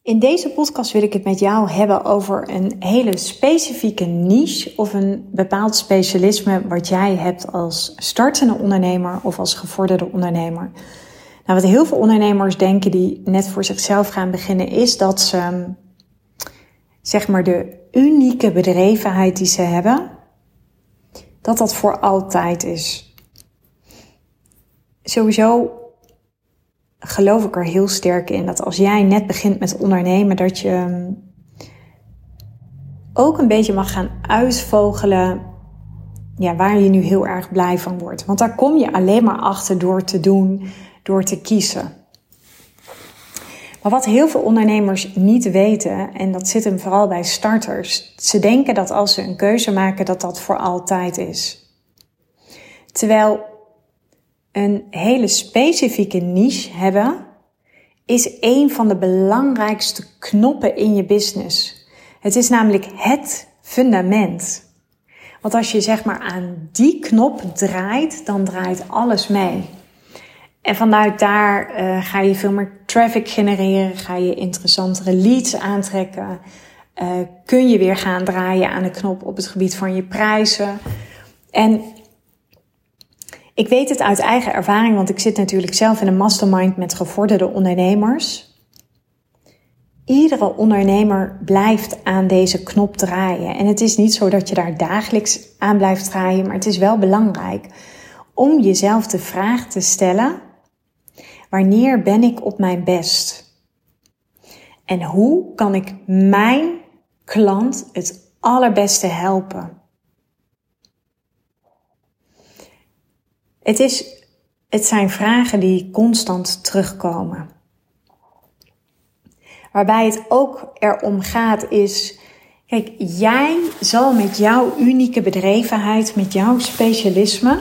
In deze podcast wil ik het met jou hebben over een hele specifieke niche of een bepaald specialisme wat jij hebt als startende ondernemer of als gevorderde ondernemer. Nou, wat heel veel ondernemers denken die net voor zichzelf gaan beginnen is dat ze, zeg maar, de unieke bedrevenheid die ze hebben, dat voor altijd is. Sowieso geloof ik er heel sterk in dat als jij net begint met ondernemen, dat je ook een beetje mag gaan uitvogelen waar je nu heel erg blij van wordt. Want daar kom je alleen maar achter door te doen, door te kiezen. Maar wat heel veel ondernemers niet weten, en dat zit hem vooral bij starters, ze denken dat als ze een keuze maken, dat voor altijd is. Terwijl een hele specifieke niche hebben is een van de belangrijkste knoppen in je business. Het is namelijk het fundament. Want als je zeg maar aan die knop draait, dan draait alles mee. En vanuit daar ga je veel meer traffic genereren, ga je interessantere leads aantrekken. Kun je weer gaan draaien aan de knop op het gebied van je prijzen. En ik weet het uit eigen ervaring, want ik zit natuurlijk zelf in een mastermind met gevorderde ondernemers. Iedere ondernemer blijft aan deze knop draaien. En het is niet zo dat je daar dagelijks aan blijft draaien, maar het is wel belangrijk om jezelf de vraag te stellen: wanneer ben ik op mijn best? En hoe kan ik mijn klant het allerbeste helpen? Het zijn vragen die constant terugkomen. Waarbij het ook erom gaat is, kijk, jij zal met jouw unieke bedrevenheid, met jouw specialisme,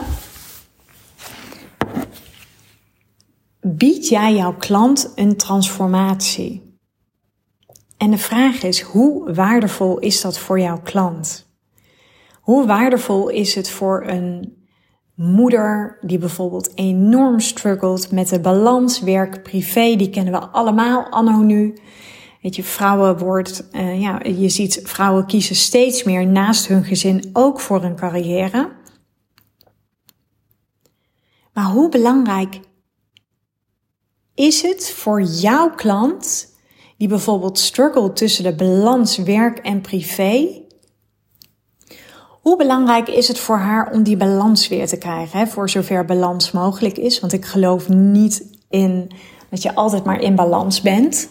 bied jij jouw klant een transformatie. En de vraag is, hoe waardevol is dat voor jouw klant? Hoe waardevol is het voor een moeder die bijvoorbeeld enorm struggelt met de balans werk-privé? Die kennen we allemaal anno nu. Weet je, je ziet vrouwen kiezen steeds meer naast hun gezin ook voor een carrière. Maar hoe belangrijk is het voor jouw klant die bijvoorbeeld struggelt tussen de balans werk en privé? Hoe belangrijk is het voor haar om die balans weer te krijgen, voor zover balans mogelijk is? Want ik geloof niet in dat je altijd maar in balans bent.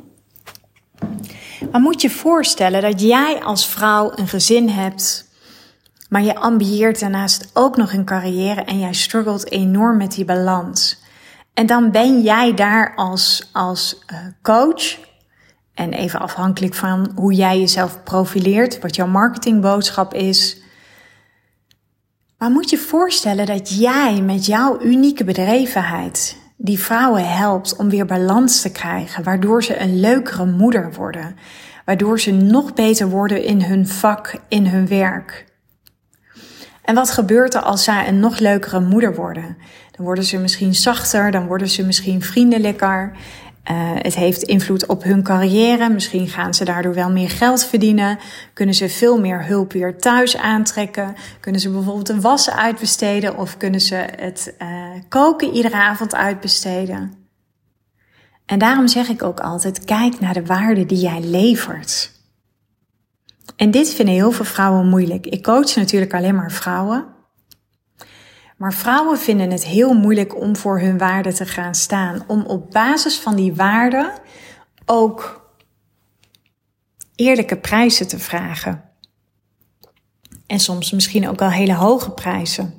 Maar moet je voorstellen dat jij als vrouw een gezin hebt, maar je ambieert daarnaast ook nog een carrière en jij struggelt enorm met die balans. En dan ben jij daar als coach, en even afhankelijk van hoe jij jezelf profileert, wat jouw marketingboodschap is. Maar moet je voorstellen dat jij met jouw unieke bedrevenheid die vrouwen helpt om weer balans te krijgen, waardoor ze een leukere moeder worden, waardoor ze nog beter worden in hun vak, in hun werk. En wat gebeurt er als zij een nog leukere moeder worden? Dan worden ze misschien zachter, dan worden ze misschien vriendelijker. Het heeft invloed op hun carrière. Misschien gaan ze daardoor wel meer geld verdienen. Kunnen ze veel meer hulp weer thuis aantrekken. Kunnen ze bijvoorbeeld de wassen uitbesteden. Of kunnen ze het koken iedere avond uitbesteden. En daarom zeg ik ook altijd, kijk naar de waarde die jij levert. En dit vinden heel veel vrouwen moeilijk. Ik coach natuurlijk alleen maar vrouwen. Maar vrouwen vinden het heel moeilijk om voor hun waarde te gaan staan. Om op basis van die waarde ook eerlijke prijzen te vragen. En soms misschien ook wel hele hoge prijzen.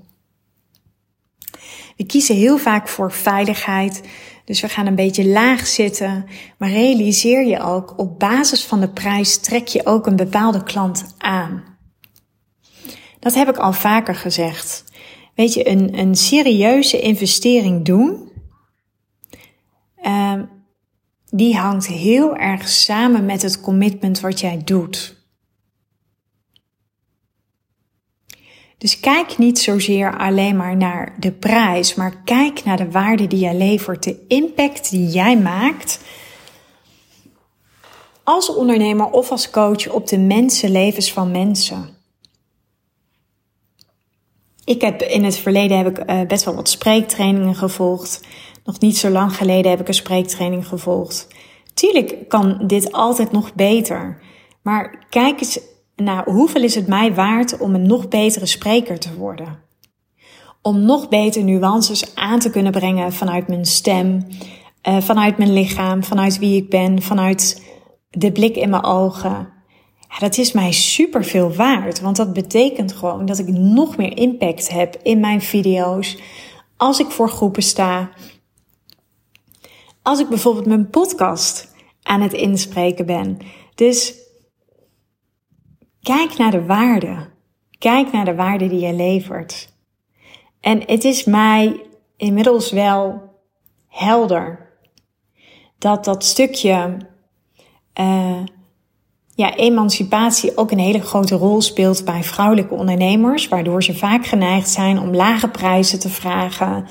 We kiezen heel vaak voor veiligheid. Dus we gaan een beetje laag zitten. Maar realiseer je ook, op basis van de prijs trek je ook een bepaalde klant aan. Dat heb ik al vaker gezegd. Weet je, een serieuze investering doen, die hangt heel erg samen met het commitment wat jij doet. Dus kijk niet zozeer alleen maar naar de prijs, maar kijk naar de waarde die jij levert, de impact die jij maakt als ondernemer of als coach op de mensenlevens van mensen. In het verleden heb ik best wel wat spreektrainingen gevolgd. Nog niet zo lang geleden heb ik een spreektraining gevolgd. Tuurlijk kan dit altijd nog beter. Maar kijk eens naar hoeveel is het mij waard om een nog betere spreker te worden. Om nog beter nuances aan te kunnen brengen vanuit mijn stem, vanuit mijn lichaam, vanuit wie ik ben, vanuit de blik in mijn ogen. Ja, dat is mij superveel waard, want dat betekent gewoon dat ik nog meer impact heb in mijn video's. Als ik voor groepen sta. Als ik bijvoorbeeld mijn podcast aan het inspreken ben. Dus kijk naar de waarde. Kijk naar de waarde die je levert. En het is mij inmiddels wel helder dat stukje emancipatie ook een hele grote rol speelt bij vrouwelijke ondernemers, waardoor ze vaak geneigd zijn om lage prijzen te vragen.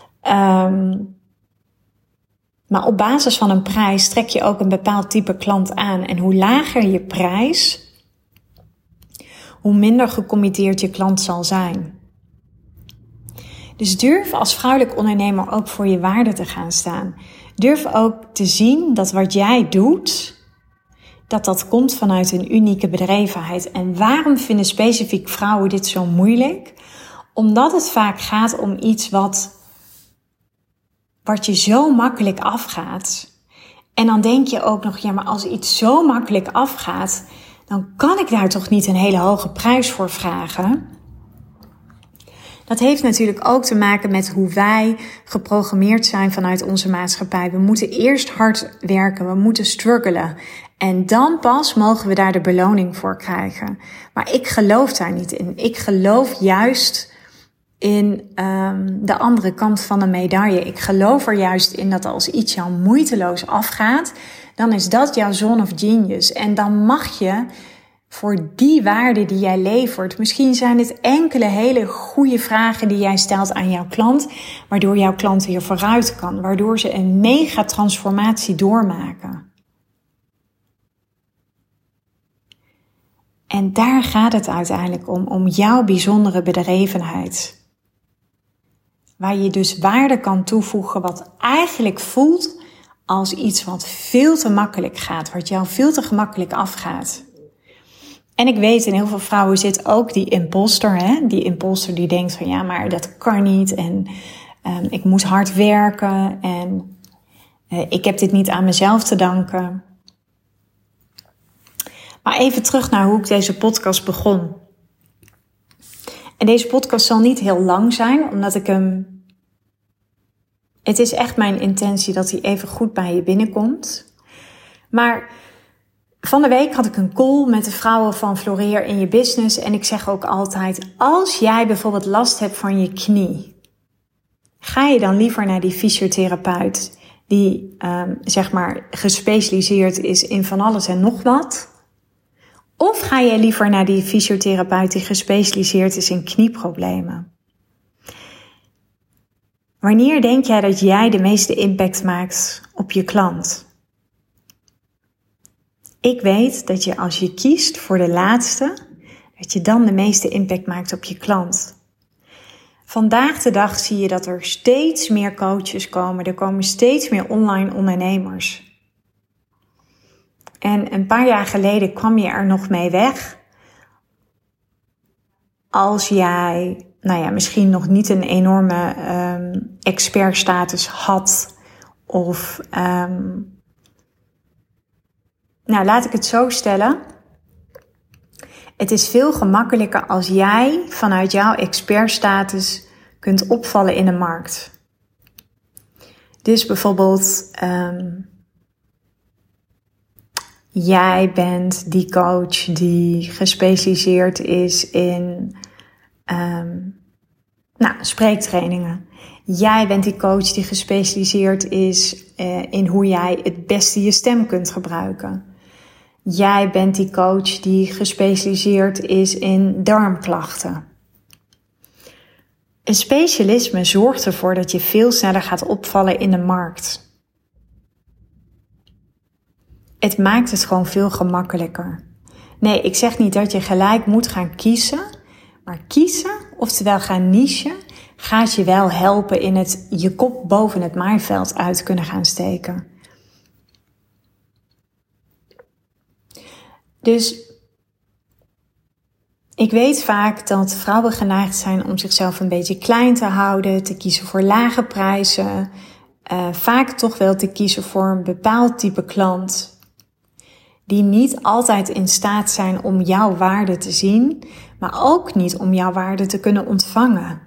Maar op basis van een prijs trek je ook een bepaald type klant aan. En hoe lager je prijs, hoe minder gecommitteerd je klant zal zijn. Dus durf als vrouwelijk ondernemer ook voor je waarde te gaan staan. Durf ook te zien dat wat jij doet, dat komt vanuit een unieke bedrevenheid. En waarom vinden specifiek vrouwen dit zo moeilijk? Omdat het vaak gaat om iets wat je zo makkelijk afgaat. En dan denk je ook nog, ja, maar als iets zo makkelijk afgaat, dan kan ik daar toch niet een hele hoge prijs voor vragen? Dat heeft natuurlijk ook te maken met hoe wij geprogrammeerd zijn vanuit onze maatschappij. We moeten eerst hard werken, we moeten struggelen. En dan pas mogen we daar de beloning voor krijgen. Maar ik geloof daar niet in. Ik geloof juist in de andere kant van de medaille. Ik geloof er juist in dat als iets jou moeiteloos afgaat, dan is dat jouw zone of genius. En dan mag je voor die waarde die jij levert, misschien zijn het enkele hele goede vragen die jij stelt aan jouw klant, waardoor jouw klant weer vooruit kan, waardoor ze een mega transformatie doormaken. En daar gaat het uiteindelijk om jouw bijzondere bedrevenheid. Waar je dus waarde kan toevoegen wat eigenlijk voelt als iets wat veel te makkelijk gaat, wat jou veel te gemakkelijk afgaat. En ik weet, in heel veel vrouwen zit ook die imposter, hè? Die imposter die denkt van ja, maar dat kan niet en ik moet hard werken en ik heb dit niet aan mezelf te danken. Maar even terug naar hoe ik deze podcast begon. En deze podcast zal niet heel lang zijn, omdat ik hem... Het is echt mijn intentie dat hij even goed bij je binnenkomt. Maar van de week had ik een call met de vrouwen van Floreer in je business. En ik zeg ook altijd, als jij bijvoorbeeld last hebt van je knie, ga je dan liever naar die fysiotherapeut die gespecialiseerd is in van alles en nog wat? Of ga je liever naar die fysiotherapeut die gespecialiseerd is in knieproblemen? Wanneer denk jij dat jij de meeste impact maakt op je klant? Ik weet dat je als je kiest voor de laatste, dat je dan de meeste impact maakt op je klant. Vandaag de dag zie je dat er steeds meer coaches komen. Er komen steeds meer online ondernemers. En een paar jaar geleden kwam je er nog mee weg als jij misschien nog niet een enorme expertstatus had. Of, laat ik het zo stellen. Het is veel gemakkelijker als jij vanuit jouw expertstatus kunt opvallen in de markt. Dus bijvoorbeeld, jij bent die coach die gespecialiseerd is in spreektrainingen. Jij bent die coach die gespecialiseerd is in hoe jij het beste je stem kunt gebruiken. Jij bent die coach die gespecialiseerd is in darmklachten. Een specialisme zorgt ervoor dat je veel sneller gaat opvallen in de markt. het maakt het gewoon veel gemakkelijker. Nee, ik zeg niet dat je gelijk moet gaan kiezen. Maar kiezen, oftewel gaan nichen, gaat je wel helpen in het je kop boven het maaiveld uit kunnen gaan steken. Dus ik weet vaak dat vrouwen geneigd zijn om zichzelf een beetje klein te houden, te kiezen voor lage prijzen, vaak toch wel te kiezen voor een bepaald type klant, die niet altijd in staat zijn om jouw waarde te zien, maar ook niet om jouw waarde te kunnen ontvangen.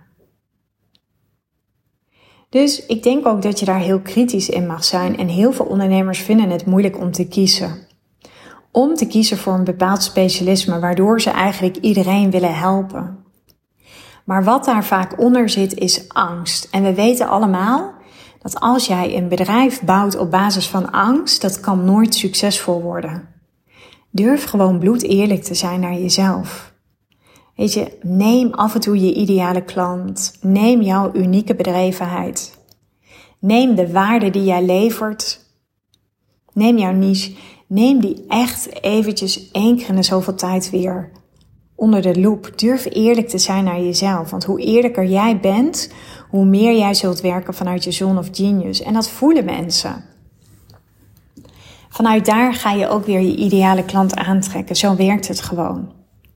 Dus ik denk ook dat je daar heel kritisch in mag zijn en heel veel ondernemers vinden het moeilijk om te kiezen. Om te kiezen voor een bepaald specialisme, waardoor ze eigenlijk iedereen willen helpen. Maar wat daar vaak onder zit is angst. En we weten allemaal dat als jij een bedrijf bouwt op basis van angst, dat kan nooit succesvol worden. Durf gewoon bloedeerlijk te zijn naar jezelf. Weet je, neem af en toe je ideale klant. Neem jouw unieke bedrevenheid. Neem de waarde die jij levert. Neem jouw niche. Neem die echt eventjes 1 keer in de zoveel tijd weer onder de loep. Durf eerlijk te zijn naar jezelf. Want hoe eerlijker jij bent, hoe meer jij zult werken vanuit je zone of genius. En dat voelen mensen. Vanuit daar ga je ook weer je ideale klant aantrekken. Zo werkt het gewoon.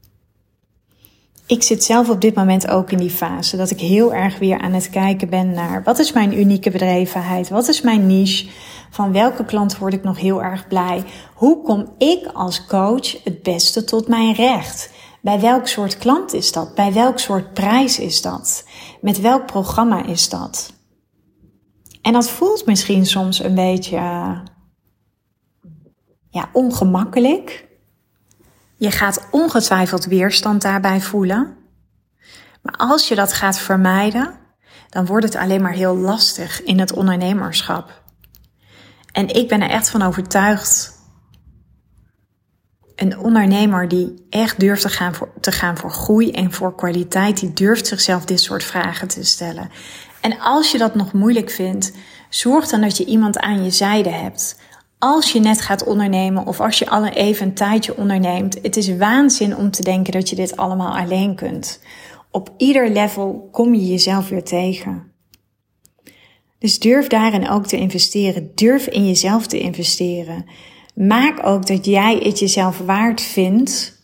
Ik zit zelf op dit moment ook in die fase dat ik heel erg weer aan het kijken ben naar wat is mijn unieke bedrevenheid, wat is mijn niche, van welke klant word ik nog heel erg blij, hoe kom ik als coach het beste tot mijn recht, bij welk soort klant is dat, bij welk soort prijs is dat, met welk programma is dat. En dat voelt misschien soms een beetje ongemakkelijk. Je gaat ongetwijfeld weerstand daarbij voelen. Maar als je dat gaat vermijden, dan wordt het alleen maar heel lastig in het ondernemerschap. En ik ben er echt van overtuigd. Een ondernemer die echt durft te gaan voor groei en voor kwaliteit, die durft zichzelf dit soort vragen te stellen. En als je dat nog moeilijk vindt, zorg dan dat je iemand aan je zijde hebt. Als je net gaat ondernemen of als je al even een tijdje onderneemt, het is waanzin om te denken dat je dit allemaal alleen kunt. Op ieder level kom je jezelf weer tegen. Dus durf daarin ook te investeren. Durf in jezelf te investeren. Maak ook dat jij het jezelf waard vindt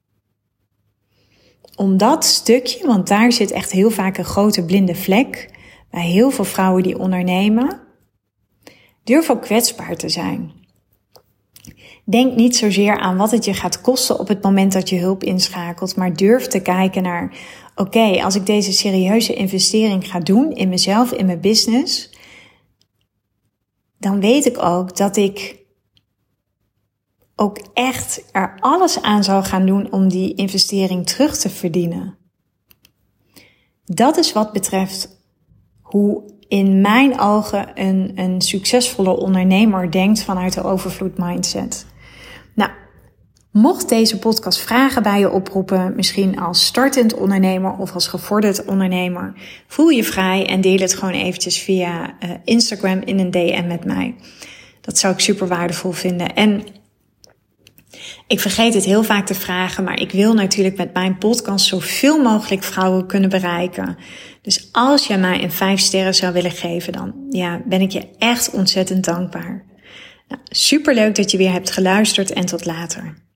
om dat stukje, want daar zit echt heel vaak een grote blinde vlek bij heel veel vrouwen die ondernemen. Durf ook kwetsbaar te zijn. Denk niet zozeer aan wat het je gaat kosten op het moment dat je hulp inschakelt, maar durf te kijken naar, oké, als ik deze serieuze investering ga doen in mezelf, in mijn business, dan weet ik ook dat ik ook echt er alles aan zal gaan doen om die investering terug te verdienen. Dat is wat betreft hoe in mijn ogen een succesvolle ondernemer denkt vanuit de overvloed mindset. Nou, mocht deze podcast vragen bij je oproepen, misschien als startend ondernemer of als gevorderd ondernemer, voel je vrij en deel het gewoon eventjes via Instagram in een DM met mij. Dat zou ik super waardevol vinden. En ik vergeet het heel vaak te vragen, maar ik wil natuurlijk met mijn podcast zoveel mogelijk vrouwen kunnen bereiken. Dus als jij mij een 5 sterren zou willen geven, dan ben ik je echt ontzettend dankbaar. Nou, superleuk dat je weer hebt geluisterd en tot later.